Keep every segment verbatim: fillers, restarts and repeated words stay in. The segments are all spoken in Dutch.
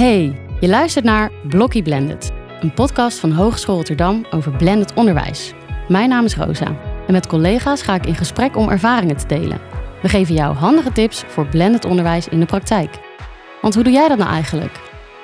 Hey, je luistert naar Blokkie Blended, een podcast van Hogeschool Rotterdam over blended onderwijs. Mijn naam is Rosa en met collega's ga ik in gesprek om ervaringen te delen. We geven jou handige tips voor blended onderwijs in de praktijk. Want hoe doe jij dat nou eigenlijk?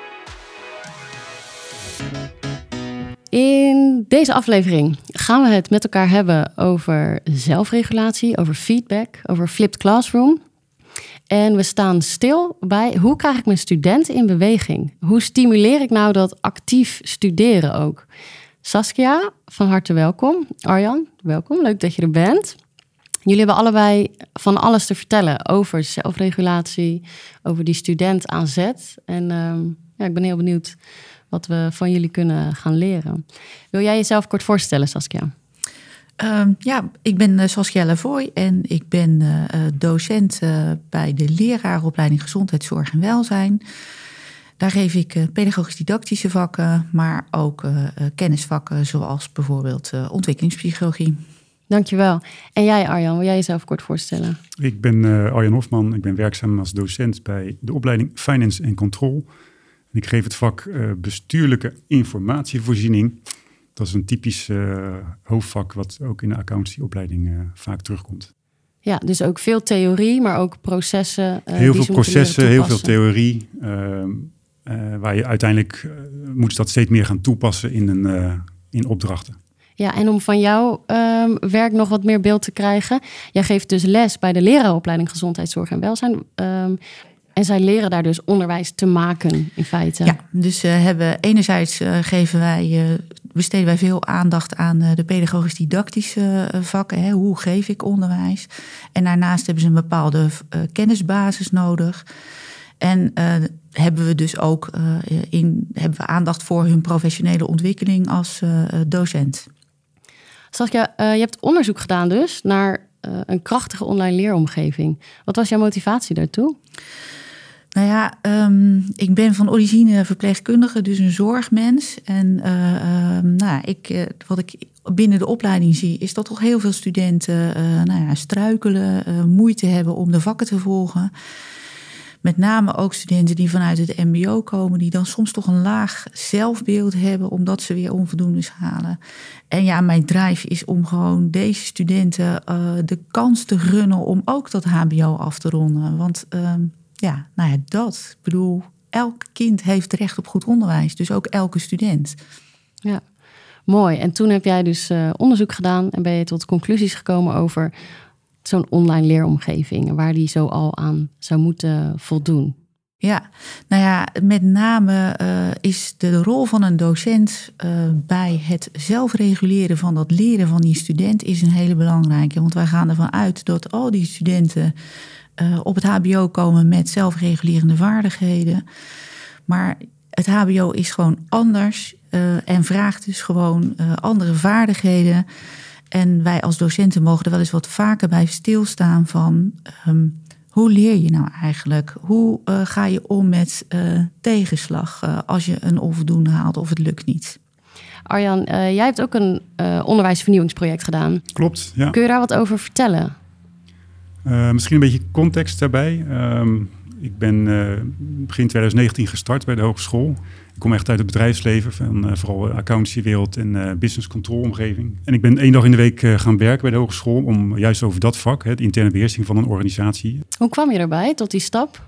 In deze aflevering gaan we het met elkaar hebben over zelfregulatie, over feedback, over flipped classroom. En we staan stil bij hoe krijg ik mijn studenten in beweging? Hoe stimuleer ik nou dat actief studeren ook? Saskia, van harte welkom. Arjan, welkom. Leuk dat je er bent. Jullie hebben allebei van alles te vertellen over zelfregulatie, over die student aan zet. En um, ja, ik ben heel benieuwd wat we van jullie kunnen gaan leren. Wil jij jezelf kort voorstellen, Saskia? Uh, ja, ik ben uh, Saskia Lavoy en ik ben uh, docent uh, bij de leraaropleiding Gezondheidszorg en Welzijn. Daar geef ik uh, pedagogisch-didactische vakken, maar ook uh, kennisvakken zoals bijvoorbeeld uh, ontwikkelingspsychologie. Dankjewel. En jij, Arjan, wil jij jezelf kort voorstellen? Ik ben uh, Arjan Hofman. Ik ben werkzaam als docent bij de opleiding Finance en Control. En ik geef het vak uh, bestuurlijke informatievoorziening. Dat is een typisch uh, hoofdvak wat ook in de accountantieopleiding uh, vaak terugkomt. Ja, dus ook veel theorie, maar ook processen. Uh, heel veel processen, heel veel theorie. Uh, uh, waar je uiteindelijk uh, moet dat steeds meer gaan toepassen in, een, uh, in opdrachten. Ja, en om van jouw um, werk nog wat meer beeld te krijgen. Jij geeft dus les bij de leraaropleiding Gezondheidszorg en Welzijn. Um, En zij leren daar dus onderwijs te maken, in feite. Ja, dus uh, hebben enerzijds uh, geven wij, uh, besteden wij veel aandacht aan uh, de pedagogisch-didactische uh, vakken. Hè, hoe geef ik onderwijs? En daarnaast hebben ze een bepaalde uh, kennisbasis nodig. En uh, hebben we dus ook uh, in, hebben we aandacht voor hun professionele ontwikkeling als uh, docent. Saskia, uh, je hebt onderzoek gedaan dus naar uh, een krachtige online leeromgeving. Wat was jouw motivatie daartoe? Nou ja, um, ik ben van origine verpleegkundige, dus een zorgmens. En uh, um, nou, ik, uh, wat ik binnen de opleiding zie, is dat toch heel veel studenten uh, nou ja, struikelen, uh, moeite hebben om de vakken te volgen. Met name ook studenten die vanuit het mbo komen, die dan soms toch een laag zelfbeeld hebben, omdat ze weer onvoldoendes halen. En ja, mijn drive is om gewoon deze studenten uh, de kans te gunnen om ook dat hbo af te ronden. Want uh, ja, nou ja, dat. Ik bedoel, elk kind heeft recht op goed onderwijs. Dus ook elke student. Ja, mooi. En toen heb jij dus uh, onderzoek gedaan en ben je tot conclusies gekomen over zo'n online leeromgeving, waar die zo al aan zou moeten voldoen. Ja, nou ja, met name uh, is de rol van een docent uh, bij het zelfreguleren van dat leren van die student is een hele belangrijke. Want wij gaan ervan uit dat al die studenten uh, op het hbo komen met zelfregulerende vaardigheden. Maar het hbo is gewoon anders uh, en vraagt dus gewoon uh, andere vaardigheden. En wij als docenten mogen er wel eens wat vaker bij stilstaan van Um, hoe leer je nou eigenlijk? Hoe uh, ga je om met uh, tegenslag uh, als je een onvoldoende haalt of het lukt niet? Arjan, uh, jij hebt ook een uh, onderwijsvernieuwingsproject gedaan. Klopt, ja. Kun je daar wat over vertellen? Uh, misschien een beetje context daarbij. Um, ik ben uh, begin twintig negentien gestart bij de hogeschool. Ik kom echt uit het bedrijfsleven, van uh, vooral accountancywereld en uh, business control omgeving. En ik ben één dag in de week uh, gaan werken bij de hogeschool om juist over dat vak, hè, de interne beheersing van een organisatie. Hoe kwam je erbij tot die stap?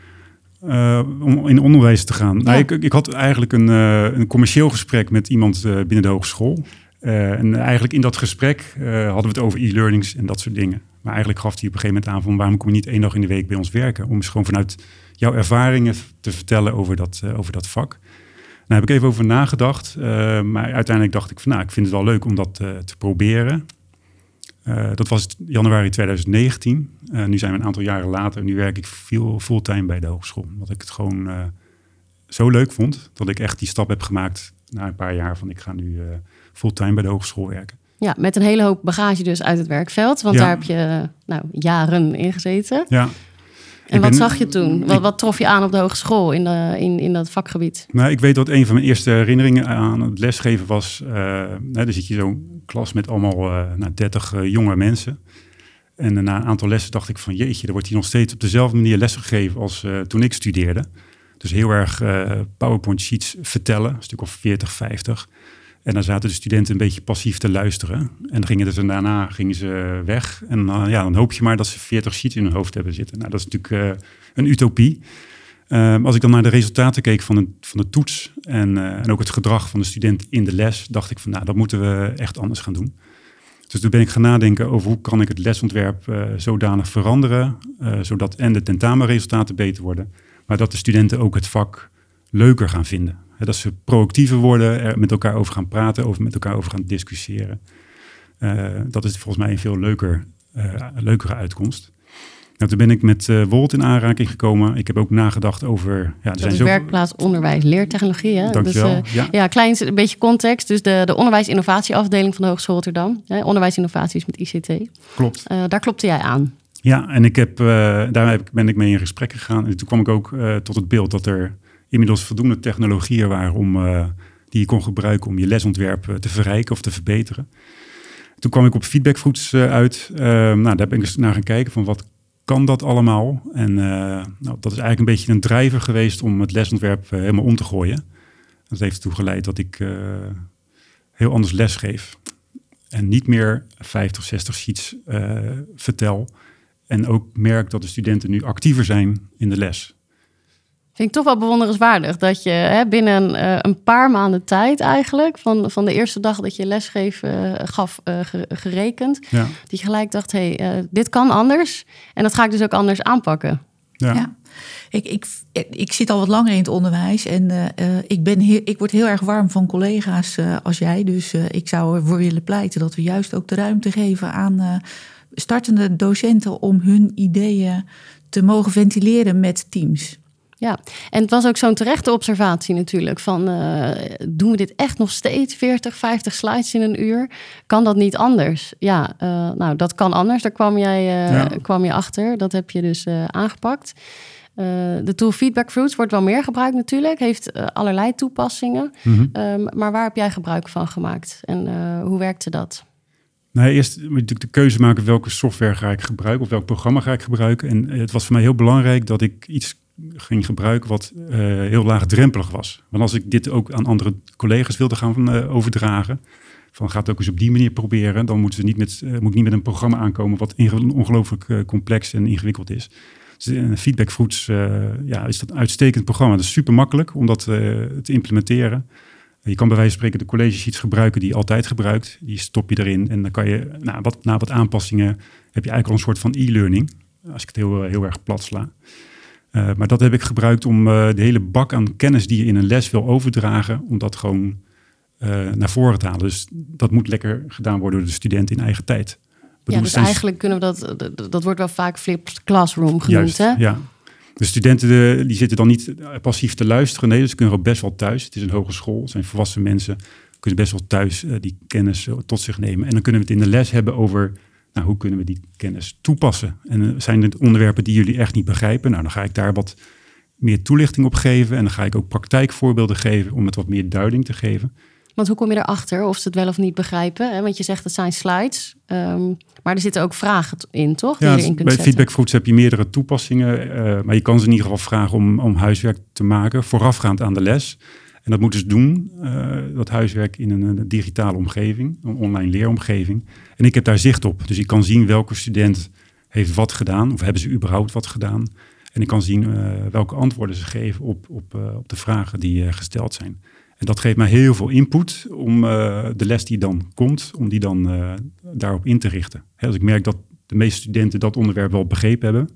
Uh, om in onderwijs te gaan. Ja. Nou, ik, ik had eigenlijk een, uh, een commercieel gesprek met iemand uh, binnen de hogeschool. Uh, en eigenlijk in dat gesprek uh, hadden we het over e-learnings en dat soort dingen. Maar eigenlijk gaf hij op een gegeven moment aan van waarom kom je niet één dag in de week bij ons werken? Om eens gewoon vanuit jouw ervaringen te vertellen over dat, uh, over dat vak. Daar heb ik even over nagedacht. Uh, maar uiteindelijk dacht ik van nou, ik vind het wel leuk om dat uh, te proberen. Uh, dat was januari twintig negentien. Uh, nu zijn we een aantal jaren later. Nu werk ik veel fulltime bij de hogeschool. Omdat ik het gewoon uh, zo leuk vond. Dat ik echt die stap heb gemaakt na een paar jaar van ik ga nu uh, fulltime bij de hogeschool werken. Ja, met een hele hoop bagage dus uit het werkveld. Want ja. daar heb je nou, jaren in gezeten. Ja. En ik wat ben, zag je toen? Wat, wat trof je aan op de hogeschool in, de, in, in dat vakgebied? Nou, ik weet dat een van mijn eerste herinneringen aan het lesgeven was. Uh, nou, dan zit je zo'n klas met allemaal uh, nou, dertig uh, jonge mensen. En uh, na een aantal lessen dacht ik van jeetje, er wordt hier nog steeds op dezelfde manier lesgegeven als uh, toen ik studeerde. Dus heel erg uh, PowerPoint sheets vertellen, een stuk of veertig, vijftig. En dan zaten de studenten een beetje passief te luisteren. En dan gingen dus, en daarna gingen ze weg. En uh, ja, dan hoop je maar dat ze veertig sheets in hun hoofd hebben zitten. Nou, dat is natuurlijk uh, een utopie. Uh, als ik dan naar de resultaten keek van de, van de toets en, uh, en ook het gedrag van de student in de les, dacht ik van nou, dat moeten we echt anders gaan doen. Dus toen ben ik gaan nadenken over hoe kan ik het lesontwerp uh, zodanig veranderen, uh, zodat en de tentamenresultaten beter worden, maar dat de studenten ook het vak leuker gaan vinden. He, dat ze proactiever worden, er met elkaar over gaan praten, over met elkaar over gaan discussiëren. Uh, dat is volgens mij een veel leuker, uh, leukere uitkomst. Nou, toen ben ik met uh, Wolt in aanraking gekomen. Ik heb ook nagedacht over... Ja, er dat zijn is zo... werkplaats onderwijs leertechnologie. Hè? Dankjewel. Dus, uh, ja, ja klein een beetje context. Dus de, de onderwijs-innovatieafdeling van de Hogeschool Rotterdam. Hè? Onderwijsinnovaties met I C T. Klopt. Uh, daar klopte jij aan. Ja, en ik heb, uh, daar heb ik, ben ik mee in gesprek gegaan. En toen kwam ik ook uh, tot het beeld dat er inmiddels voldoende technologieën waren... Om, uh, die je kon gebruiken om je lesontwerp uh, te verrijken of te verbeteren. Toen kwam ik op feedbackfruits uh, uit. Uh, nou, daar ben ik eens naar gaan kijken van wat... kan dat allemaal? En uh, nou, dat is eigenlijk een beetje een drijver geweest om het lesontwerp uh, helemaal om te gooien. Dat heeft ertoe geleid dat ik uh, heel anders lesgeef. En niet meer vijftig, zestig sheets uh, vertel. En ook merk dat de studenten nu actiever zijn in de les. Vind ik toch wel bewonderenswaardig dat je hè, binnen uh, een paar maanden tijd eigenlijk... van, van de eerste dag dat je lesgeven uh, gaf uh, gerekend... Ja. dat je gelijk dacht, hé, hey, uh, dit kan anders. En dat ga ik dus ook anders aanpakken. Ja. Ja. Ik, ik, ik zit al wat langer in het onderwijs en uh, ik, ben heel, ik word heel erg warm van collega's uh, als jij. Dus uh, ik zou ervoor willen pleiten dat we juist ook de ruimte geven aan uh, startende docenten... om hun ideeën te mogen ventileren met teams. Ja, en het was ook zo'n terechte observatie natuurlijk. Van uh, doen we dit echt nog steeds veertig, vijftig slides in een uur? Kan dat niet anders? Ja, uh, nou dat kan anders. Daar kwam jij uh, ja. kwam je achter. Dat heb je dus uh, aangepakt. Uh, de tool feedbackfruits wordt wel meer gebruikt natuurlijk. Heeft uh, allerlei toepassingen. Mm-hmm. Um, maar waar heb jij gebruik van gemaakt? En uh, hoe werkte dat? Nou, eerst moet je natuurlijk de keuze maken welke software ga ik gebruiken of welk programma ga ik gebruiken. En het was voor mij heel belangrijk dat ik iets ging gebruiken wat uh, heel laagdrempelig was. Want als ik dit ook aan andere collega's wilde gaan uh, overdragen, van ga het ook eens op die manier proberen, dan moeten ze niet met, uh, moet ik niet met een programma aankomen wat inge- ongelooflijk uh, complex en ingewikkeld is. Dus uh, feedbackfruits uh, ja, is dat een uitstekend programma. Dat is super makkelijk om dat uh, te implementeren. Je kan bij wijze van spreken de college sheets gebruiken die je altijd gebruikt. Die stop je erin en dan kan je na wat, na wat aanpassingen heb je eigenlijk al een soort van e-learning. Als ik het heel, heel erg plat sla. Uh, maar dat heb ik gebruikt om uh, de hele bak aan kennis die je in een les wil overdragen, om dat gewoon uh, naar voren te halen. Dus dat moet lekker gedaan worden door de student in eigen tijd. Ja, dus zijn... eigenlijk kunnen we dat, dat, dat wordt wel vaak flipped classroom genoemd. Juist, hè? Ja. De studenten de, die zitten dan niet passief te luisteren. Nee, dus ze kunnen ook best wel thuis. Het is een hogeschool, het zijn volwassen mensen. Kunnen best wel thuis uh, die kennis uh, tot zich nemen. En dan kunnen we het in de les hebben over nou, hoe kunnen we die kennis toepassen. En uh, zijn er onderwerpen die jullie echt niet begrijpen? Nou, dan ga ik daar wat meer toelichting op geven. En dan ga ik ook praktijkvoorbeelden geven om het wat meer duiding te geven. Want hoe kom je erachter of ze het wel of niet begrijpen? Hè? Want je zegt het zijn slides, um, maar er zitten ook vragen in, toch? Die Ja, je erin kunt bij zetten. feedbackfruits heb je meerdere toepassingen. Uh, maar je kan ze in ieder geval vragen om, om huiswerk te maken voorafgaand aan de les. En dat moeten ze doen, uh, dat huiswerk in een, een digitale omgeving, een online leeromgeving. En ik heb daar zicht op. Dus ik kan zien welke student heeft wat gedaan, of hebben ze überhaupt wat gedaan. En ik kan zien uh, welke antwoorden ze geven op, op, uh, op de vragen die uh, gesteld zijn. En dat geeft mij heel veel input om uh, de les die dan komt, om die dan uh, daarop in te richten. He, als ik merk dat de meeste studenten dat onderwerp wel begrepen hebben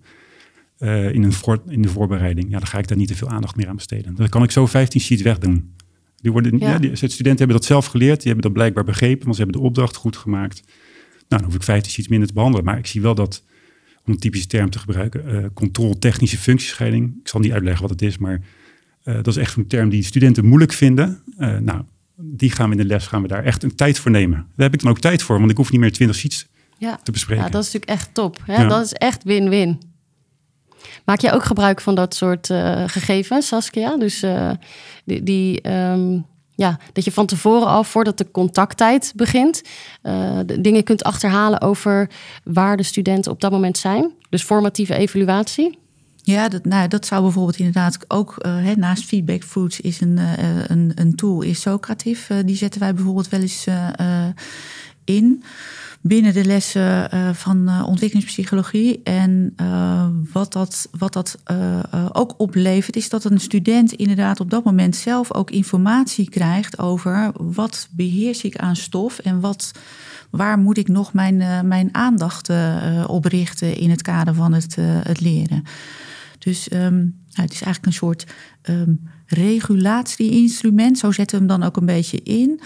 uh, in, een voor, in de voorbereiding, ja, dan ga ik daar niet te veel aandacht meer aan besteden. Dan kan ik zo vijftien sheets wegdoen. Die worden, ja. Ja, die, de studenten hebben dat zelf geleerd, die hebben dat blijkbaar begrepen, want ze hebben de opdracht goed gemaakt. Nou, dan hoef ik vijftien sheets minder te behandelen. Maar ik zie wel dat, om een typische term te gebruiken, uh, controle-technische functiescheiding. Ik zal niet uitleggen wat het is, maar Uh, dat is echt een term die studenten moeilijk vinden. Uh, nou, die gaan we in de les gaan we daar echt een tijd voor nemen. Daar heb ik dan ook tijd voor, want ik hoef niet meer twintig sheets ja. te bespreken. Ja, dat is natuurlijk echt top. Hè? Ja. Dat is echt win-win. Maak jij ook gebruik van dat soort uh, gegevens, Saskia? Dus uh, die, die um, ja, dat je van tevoren al, voordat de contacttijd begint, uh, de dingen kunt achterhalen over waar de studenten op dat moment zijn. Dus formatieve evaluatie. Ja, dat, nou, dat zou bijvoorbeeld inderdaad ook, uh, hè, naast Feedback Fruits is een, uh, een, een tool, is Socrative. Uh, die zetten wij bijvoorbeeld wel eens uh, uh, in binnen de lessen uh, van uh, ontwikkelingspsychologie. En uh, wat dat, wat dat uh, uh, ook oplevert, is dat een student inderdaad op dat moment zelf ook informatie krijgt over wat beheers ik aan stof en wat, waar moet ik nog mijn, uh, mijn aandacht uh, op richten in het kader van het, uh, het leren. Dus um, nou, het is eigenlijk een soort um, regulatie-instrument. Zo zetten we hem dan ook een beetje in.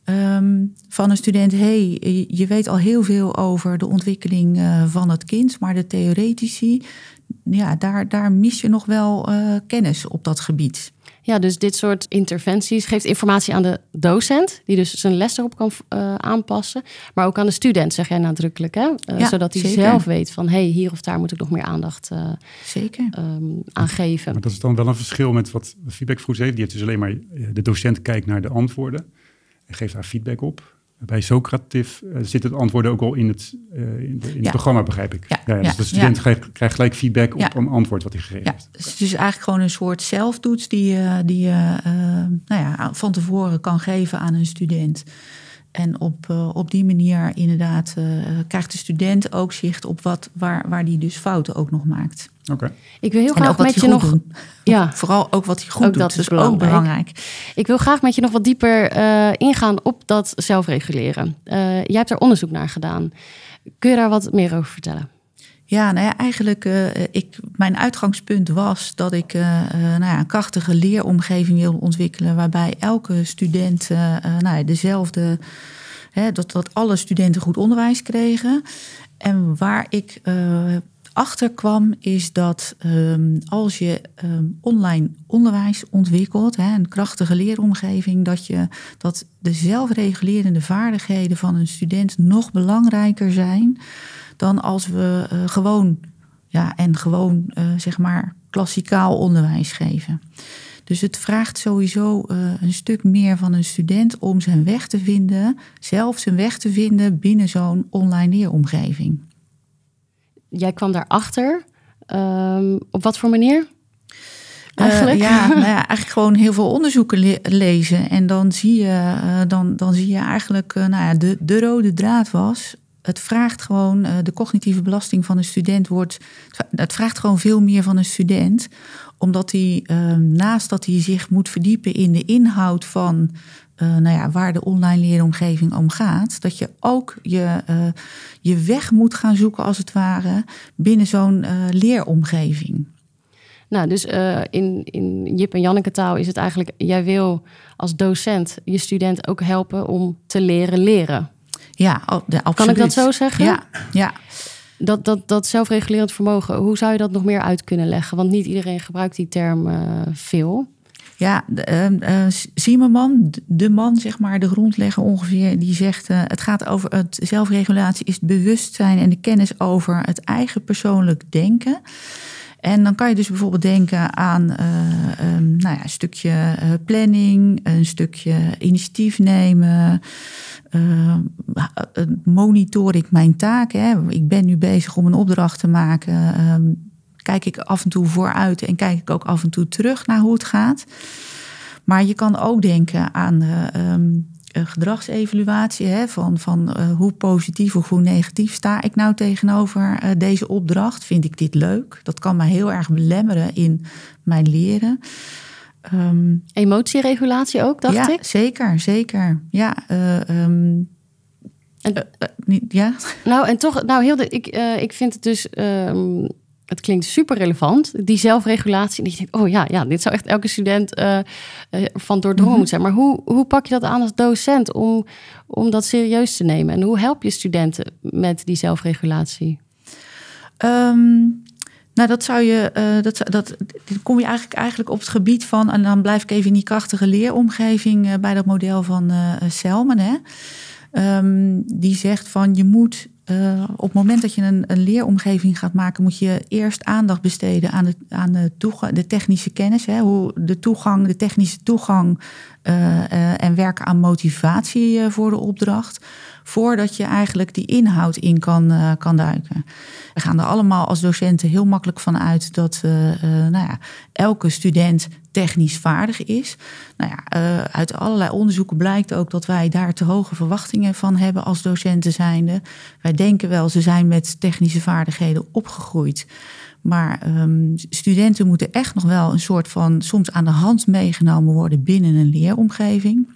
Um, van een student, hey, je weet al heel veel over de ontwikkeling uh, van het kind, maar de theoretici, ja, daar, daar mis je nog wel uh, kennis op dat gebied. Ja, dus dit soort interventies geeft informatie aan de docent, die dus zijn les erop kan uh, aanpassen. Maar ook aan de student, zeg jij nadrukkelijk, hè? Uh, ja, zodat hij zeker. zelf weet van, hé, hey, hier of daar moet ik nog meer aandacht uh, zeker. Um, aan geven. Maar dat is dan wel een verschil met wat Feedback Fruits heeft. Die heeft dus alleen maar, de docent kijkt naar de antwoorden en geeft daar feedback op. Bij Socrative uh, zit het antwoorden ook al in het, uh, in de, in ja. het programma, begrijp ik. Ja, ja, ja, dus ja, de student ja. krijgt, krijgt gelijk feedback op ja. een antwoord wat hij gegeven ja. heeft. Dus het is eigenlijk gewoon een soort zelftoets die je die, uh, uh, nou ja, van tevoren kan geven aan een student. En op, uh, op die manier inderdaad uh, krijgt de student ook zicht op wat, waar, waar die dus fouten ook nog maakt. Okay. Ik wil heel en graag met je nog. Doen. Ja. Vooral ook wat hij goed ook doet. Dat is is belangrijk. ook belangrijk. Ik wil graag met je nog wat dieper uh, ingaan op dat zelfreguleren. Uh, jij hebt er onderzoek naar gedaan. Kun je daar wat meer over vertellen? Ja, nou ja, eigenlijk, uh, ik, mijn uitgangspunt was dat ik uh, uh, nou ja, een krachtige leeromgeving wil ontwikkelen, waarbij elke student uh, uh, nou ja, dezelfde, hè, dat, dat alle studenten goed onderwijs kregen. En waar ik uh, achter kwam, is dat um, als je um, online onderwijs ontwikkelt, hè, een krachtige leeromgeving, dat je dat de zelfregulerende vaardigheden van een student nog belangrijker zijn dan als we uh, gewoon, ja, en gewoon, uh, zeg maar, klassikaal onderwijs geven. Dus het vraagt sowieso uh, een stuk meer van een student om zijn weg te vinden, zelf zijn weg te vinden binnen zo'n online leeromgeving. Jij kwam daarachter. Um, op wat voor manier? Eigenlijk? Uh, ja, nou ja, eigenlijk gewoon heel veel onderzoeken le- lezen. En dan zie je, uh, dan, dan zie je eigenlijk, uh, nou ja, de, de rode draad was, het vraagt gewoon, uh, de cognitieve belasting van een student wordt, het vraagt gewoon veel meer van een student, omdat hij, uh, naast dat hij zich moet verdiepen in de inhoud van Uh, nou ja, waar de online leeromgeving om gaat, dat je ook je, uh, je weg moet gaan zoeken, als het ware, binnen zo'n uh, leeromgeving. Nou, dus uh, in, in Jip en Janneke taal is het eigenlijk, jij wil als docent je student ook helpen om te leren leren. Ja, de, absoluut. Kan ik dat zo zeggen? Ja, ja. Dat, dat, dat zelfregulerend vermogen, hoe zou je dat nog meer uit kunnen leggen? Want niet iedereen gebruikt die term uh, veel. Ja, uh, uh, Zimmerman, de man, zeg maar, de grondlegger ongeveer, die zegt, uh, het gaat over het zelfregulatie is het bewustzijn en de kennis over het eigen persoonlijk denken. En dan kan je dus bijvoorbeeld denken aan uh, um, nou ja, een stukje uh, planning, een stukje initiatief nemen. Uh, monitor ik mijn taken. Hè? Ik ben nu bezig om een opdracht te maken. Um, kijk ik af en toe vooruit en kijk ik ook af en toe terug naar hoe het gaat. Maar je kan ook denken aan uh, um, gedragsevaluatie. Hè, van van uh, hoe positief of hoe negatief sta ik nou tegenover uh, deze opdracht? Vind ik dit leuk? Dat kan mij heel erg belemmeren in mijn leren. Um, Emotieregulatie ook, dacht ja, ik? Zeker, zeker. Ja, uh, um, en, uh, uh, niet, ja. Nou, en toch, nou, heel de, ik, uh, ik vind het dus. Um, Het klinkt super relevant, die zelfregulatie. En je denkt, oh ja, ja, dit zou echt elke student uh, uh, van doordrongen mm-hmm. moeten zijn. Maar hoe, hoe pak je dat aan als docent om, om dat serieus te nemen? En hoe help je studenten met die zelfregulatie? Um, nou, dat zou je, uh, dat, dat, dan kom je eigenlijk, eigenlijk op het gebied van, en dan blijf ik even in die krachtige leeromgeving uh, bij dat model van uh, Selman, hè. Um, die zegt van je moet Uh, op het moment dat je een, een leeromgeving gaat maken, moet je eerst aandacht besteden aan de, aan de, toegang, de technische kennis. Hè, hoe de toegang, de technische toegang uh, uh, en werken aan motivatie uh, voor de opdracht. Voordat je eigenlijk die inhoud in kan, uh, kan duiken. We gaan er allemaal als docenten heel makkelijk van uit dat uh, uh, nou ja, elke student technisch vaardig is. Nou ja, uh, uit allerlei onderzoeken blijkt ook dat wij daar te hoge verwachtingen van hebben als docenten zijnde. Wij denken wel, ze zijn met technische vaardigheden opgegroeid. Maar um, studenten moeten echt nog wel een soort van soms aan de hand meegenomen worden binnen een leeromgeving.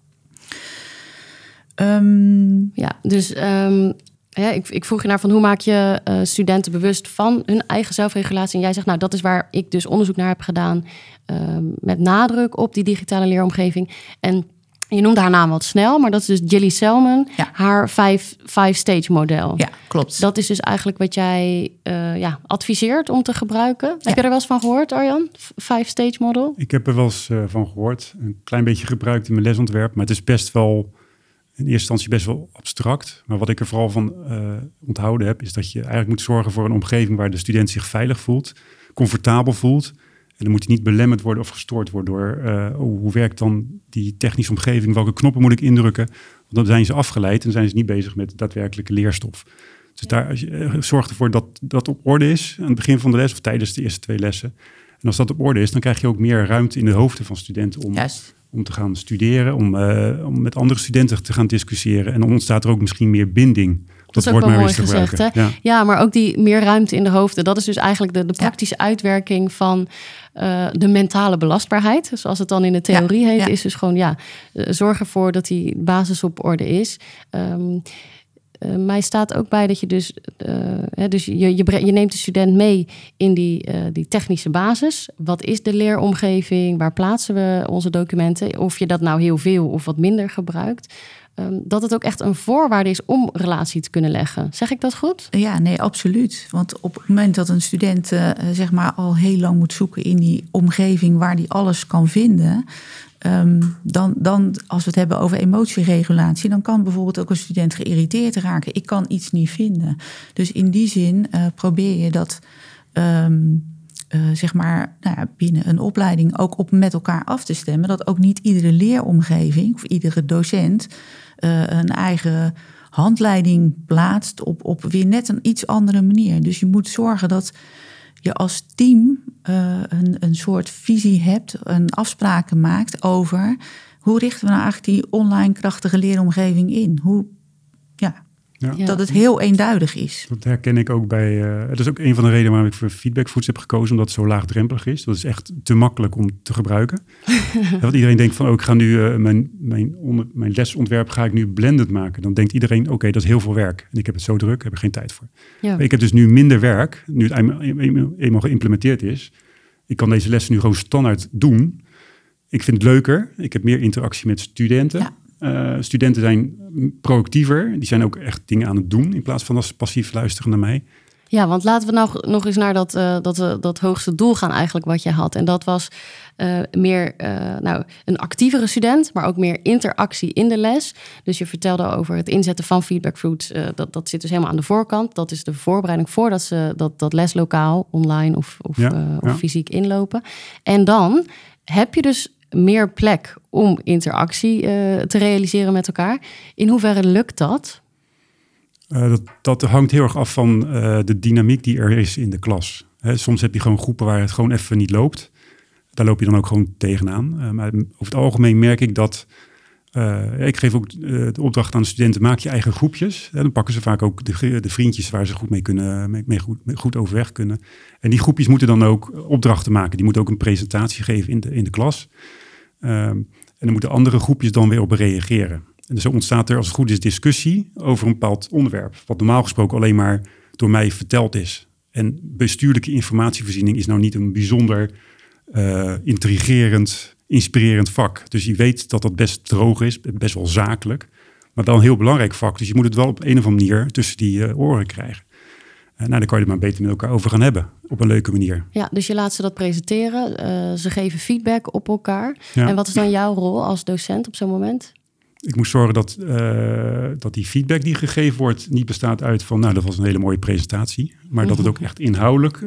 Um, ja, dus um, ja, ik, ik vroeg je naar van hoe maak je uh, studenten bewust van hun eigen zelfregulatie. En jij zegt, nou, dat is waar ik dus onderzoek naar heb gedaan. Um, met nadruk op die digitale leeromgeving. En je noemde haar naam wat snel, maar dat is dus Gilly Selman, ja. haar five, five stage model. Ja, klopt. Dat is dus eigenlijk wat jij uh, ja, adviseert om te gebruiken. Ja. Heb je er wel eens van gehoord, Arjan? Five stage model? Ik heb er wel eens uh, van gehoord. Een klein beetje gebruikt in mijn lesontwerp, maar het is best wel in eerste instantie best wel abstract. Maar wat ik er vooral van uh, onthouden heb, is dat je eigenlijk moet zorgen voor een omgeving waar de student zich veilig voelt, comfortabel voelt. En dan moet hij niet belemmerd worden of gestoord worden door uh, oh, hoe werkt dan die technische omgeving? Welke knoppen moet ik indrukken? Want dan zijn ze afgeleid en zijn ze niet bezig met daadwerkelijke leerstof. Dus daar uh, zorg ervoor dat dat op orde is aan het begin van de les of tijdens de eerste twee lessen. En als dat op orde is, dan krijg je ook meer ruimte in de hoofden van studenten om, yes. om te gaan studeren, om, uh, om met andere studenten te gaan discussiëren. En dan ontstaat er ook misschien meer binding. Dat, dat is ook wel mooi gezegd, hè? Ja. ja, maar ook die meer ruimte in de hoofden. Dat is dus eigenlijk de, de praktische ja. uitwerking van uh, de mentale belastbaarheid. Zoals het dan in de theorie ja. heet. Ja. Is dus gewoon, ja, uh, zorg ervoor dat die basis op orde is. Um, uh, mij staat ook bij dat je dus... Uh, hè, dus je, je, bre- je neemt de student mee in die, uh, die technische basis. Wat is de leeromgeving? Waar plaatsen we onze documenten? Of je dat nou heel veel of wat minder gebruikt. Um, dat het ook echt een voorwaarde is om relatie te kunnen leggen. Zeg ik dat goed? Ja, nee, absoluut. Want op het moment dat een student uh, zeg maar al heel lang moet zoeken in die omgeving waar die alles kan vinden, um, dan, dan als we het hebben over emotieregulatie, dan kan bijvoorbeeld ook een student geïrriteerd raken. Ik kan iets niet vinden. Dus in die zin uh, probeer je dat Um, Uh, zeg maar nou ja, binnen een opleiding ook op met elkaar af te stemmen. Dat ook niet iedere leeromgeving of iedere docent uh, een eigen handleiding plaatst op, op weer net een iets andere manier. Dus je moet zorgen dat je als team uh, een, een soort visie hebt, een afspraken maakt over hoe richten we nou eigenlijk die online krachtige leeromgeving in? Hoe, ja... Ja. Dat het heel eenduidig is. Dat herken ik ook bij... Uh, dat is ook een van de redenen waarom ik voor Feedback Foods heb gekozen. Omdat het zo laagdrempelig is. Dat is echt te makkelijk om te gebruiken. Want iedereen denkt van... Oh, ik ga nu uh, mijn, mijn, onder, mijn lesontwerp ga ik nu blended maken. Dan denkt iedereen... Oké, okay, dat is heel veel werk. En ik heb het zo druk, heb ik geen tijd voor. Ja. Ik heb dus nu minder werk. Nu het eenmaal, eenmaal geïmplementeerd is. Ik kan deze lessen nu gewoon standaard doen. Ik vind het leuker. Ik heb meer interactie met studenten. Ja. Uh, studenten zijn proactiever. Die zijn ook echt dingen aan het doen in plaats van als passief luisteren naar mij. Ja, want laten we nou nog eens naar dat, uh, dat, uh, dat hoogste doel gaan eigenlijk wat je had. En dat was uh, meer uh, nou, een actievere student, maar ook meer interactie in de les. Dus je vertelde over het inzetten van Feedback Foods. Uh, dat, dat zit dus helemaal aan de voorkant. Dat is de voorbereiding voordat ze dat, dat leslokaal online of, of, ja, uh, of ja. fysiek inlopen. En dan heb je dus meer plek om interactie uh, te realiseren met elkaar. In hoeverre lukt dat? Uh, dat, dat hangt heel erg af van uh, de dynamiek die er is in de klas. He, soms heb je gewoon groepen waar het gewoon even niet loopt. Daar loop je dan ook gewoon tegenaan. Uh, maar over het algemeen merk ik dat... Uh, ik geef ook uh, de opdracht aan de studenten, maak je eigen groepjes. En dan pakken ze vaak ook de, de vriendjes waar ze goed mee kunnen, mee, mee goed, mee goed overweg kunnen. En die groepjes moeten dan ook opdrachten maken. Die moeten ook een presentatie geven in de, in de klas. Um, en dan moeten andere groepjes dan weer op reageren. En dus zo ontstaat er als het goed is discussie over een bepaald onderwerp. Wat normaal gesproken alleen maar door mij verteld is. En bestuurlijke informatievoorziening is nou niet een bijzonder uh, intrigerend, inspirerend vak. Dus je weet dat dat best droog is, best wel zakelijk. Maar wel een heel belangrijk vak. Dus je moet het wel op een of andere manier tussen die uh, oren krijgen. Uh, nou, dan kan je er maar beter met elkaar over gaan hebben. Op een leuke manier. Ja, dus je laat ze dat presenteren. Uh, ze geven feedback op elkaar. Ja. En wat is dan jouw rol als docent op zo'n moment? ik moet zorgen dat, uh, dat die feedback die gegeven wordt niet bestaat uit van, nou, dat was een hele mooie presentatie. Maar mm-hmm. dat het ook echt inhoudelijk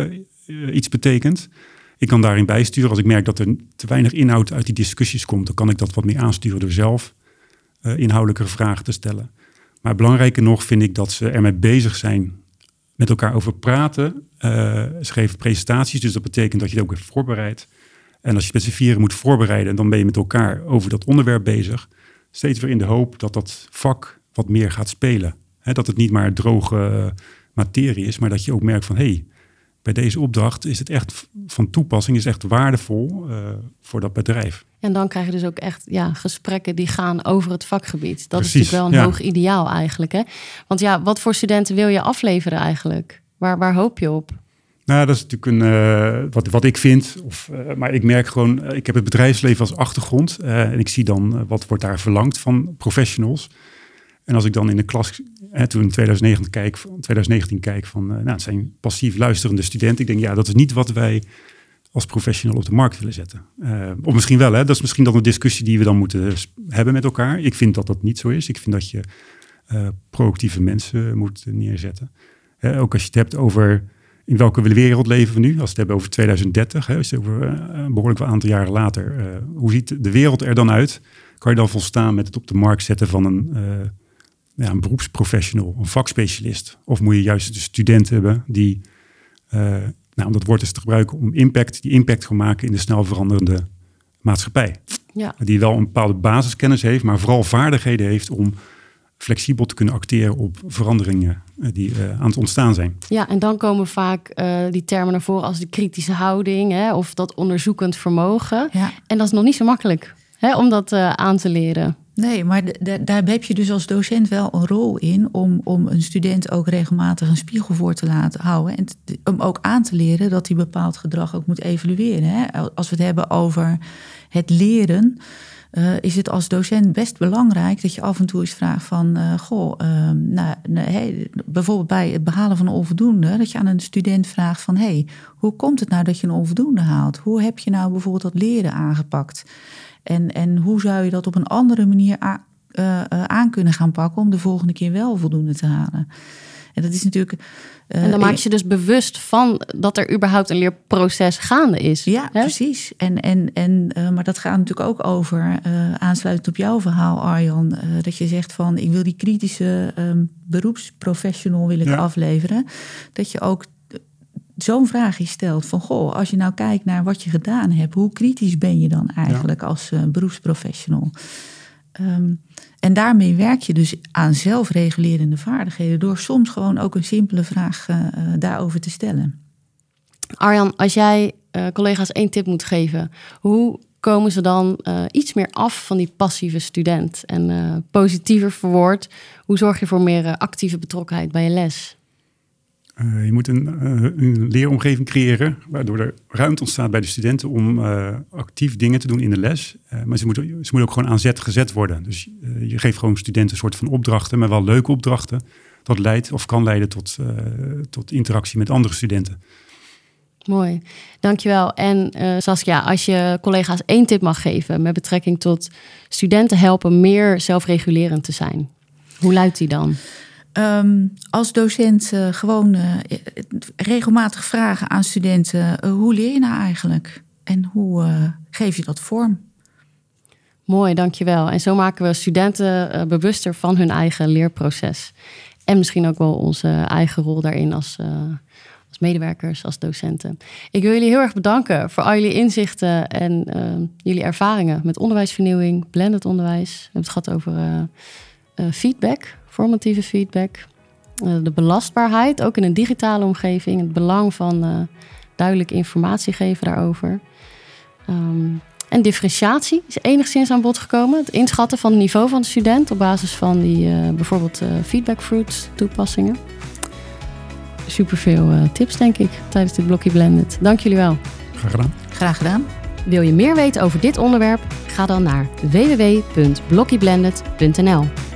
uh, iets betekent. Ik kan daarin bijsturen. Als ik merk dat er te weinig inhoud uit die discussies komt, dan kan ik dat wat meer aansturen door zelf uh, inhoudelijke vragen te stellen. Maar belangrijker nog vind ik dat ze ermee bezig zijn met elkaar over praten. Uh, ze geven presentaties, dus dat betekent dat je het ook even voorbereidt. En als je met z'n vieren moet voorbereiden, dan ben je met elkaar over dat onderwerp bezig. Steeds weer in de hoop dat dat vak wat meer gaat spelen. He, dat het niet maar droge materie is, maar dat je ook merkt van, hé, hey, bij deze opdracht is het echt van toepassing, is echt waardevol uh, voor dat bedrijf. En dan krijg je dus ook echt ja, gesprekken die gaan over het vakgebied. Dat Precies, is natuurlijk wel een ja. hoog ideaal eigenlijk. Hè? Want ja, wat voor studenten wil je afleveren eigenlijk? Waar, waar hoop je op? Nou, dat is natuurlijk een, uh, wat, wat ik vind. Of, uh, maar ik merk gewoon, uh, ik heb het bedrijfsleven als achtergrond. Uh, en ik zie dan uh, wat wordt daar verlangd van professionals. En als ik dan in de klas, uh, toen in twintig negentien kijk, twintig negentien kijk van, uh, nou, het zijn passief luisterende studenten. Ik denk, ja, dat is niet wat wij als professional op de markt willen zetten. Uh, of misschien wel, hè. Dat is misschien dan een discussie die we dan moeten hebben met elkaar. Ik vind dat dat niet zo is. Ik vind dat je uh, proactieve mensen moet neerzetten. Uh, ook als je het hebt over in welke wereld leven we nu? Als we het hebben over twintig dertig, hè, als het over uh, een behoorlijk wel aantal jaren later. Uh, hoe ziet de wereld er dan uit? Kan je dan volstaan met het op de markt zetten van een, uh, ja, een beroepsprofessional, een vakspecialist? Of moet je juist de studenten hebben die, uh, nou, om dat woord eens te gebruiken, om impact, die impact gaan maken in de snel veranderende maatschappij? Ja. Die wel een bepaalde basiskennis heeft, maar vooral vaardigheden heeft om flexibel te kunnen acteren op veranderingen die uh, aan het ontstaan zijn. Ja, en dan komen vaak uh, die termen naar voren als de kritische houding, hè, of dat onderzoekend vermogen. Ja. En dat is nog niet zo makkelijk, hè, om dat uh, aan te leren. Nee, maar d- d- daar heb je dus als docent wel een rol in om, om een student ook regelmatig een spiegel voor te laten houden. En t- om ook aan te leren dat hij bepaald gedrag ook moet evalueren. Hè. Als we het hebben over het leren, Uh, is het als docent best belangrijk dat je af en toe eens vraagt van, uh, goh, uh, nou, hey, bijvoorbeeld bij het behalen van een onvoldoende, dat je aan een student vraagt van, hey, hoe komt het nou dat je een onvoldoende haalt? Hoe heb je nou bijvoorbeeld dat leren aangepakt? En, en hoe zou je dat op een andere manier a- uh, uh, aan kunnen gaan pakken om de volgende keer wel voldoende te halen? En dat is natuurlijk. Uh, en dan maak je je dus bewust van dat er überhaupt een leerproces gaande is. Ja, hè? Precies. En, en, en, uh, maar dat gaat natuurlijk ook over, uh, aansluitend op jouw verhaal, Arjan, uh, dat je zegt van, ik wil die kritische um, beroepsprofessional wil ik ja. afleveren. Dat je ook zo'n vraagje stelt van, goh, als je nou kijkt naar wat je gedaan hebt, hoe kritisch ben je dan eigenlijk ja. als uh, beroepsprofessional? Um, en daarmee werk je dus aan zelfregulerende vaardigheden door soms gewoon ook een simpele vraag uh, daarover te stellen. Arjan, als jij uh, collega's één tip moet geven, hoe komen ze dan uh, iets meer af van die passieve student? En uh, positiever verwoord, hoe zorg je voor meer uh, actieve betrokkenheid bij je les? Uh, je moet een, uh, een leeromgeving creëren waardoor er ruimte ontstaat bij de studenten om uh, actief dingen te doen in de les. Uh, maar ze moeten, ze moeten ook gewoon aan zet gezet worden. Dus uh, je geeft gewoon studenten een soort van opdrachten, maar wel leuke opdrachten. Dat leidt of kan leiden tot, uh, tot interactie met andere studenten. Mooi, dankjewel. En uh, Saskia, als je collega's één tip mag geven met betrekking tot studenten helpen meer zelfregulerend te zijn, hoe luidt die dan? Um, als docent uh, gewoon uh, regelmatig vragen aan studenten, uh, hoe leer je nou eigenlijk? En hoe uh, geef je dat vorm? Mooi, dankjewel. En zo maken we studenten uh, bewuster van hun eigen leerproces. En misschien ook wel onze eigen rol daarin als, uh, als medewerkers, als docenten. Ik wil jullie heel erg bedanken voor al jullie inzichten en uh, jullie ervaringen met onderwijsvernieuwing, blended onderwijs. We hebben het gehad over uh, uh, feedback, formatieve feedback. Uh, de belastbaarheid, ook in een digitale omgeving. Het belang van uh, duidelijk informatie geven daarover. Um, en differentiatie is enigszins aan bod gekomen. Het inschatten van het niveau van de student op basis van die uh, bijvoorbeeld uh, feedback fruits toepassingen. Superveel uh, tips, denk ik, tijdens dit blokje Blended. Dank jullie wel. Graag gedaan. Graag gedaan. Wil je meer weten over dit onderwerp? Ga dan naar w w w punt blokkie blended punt n l.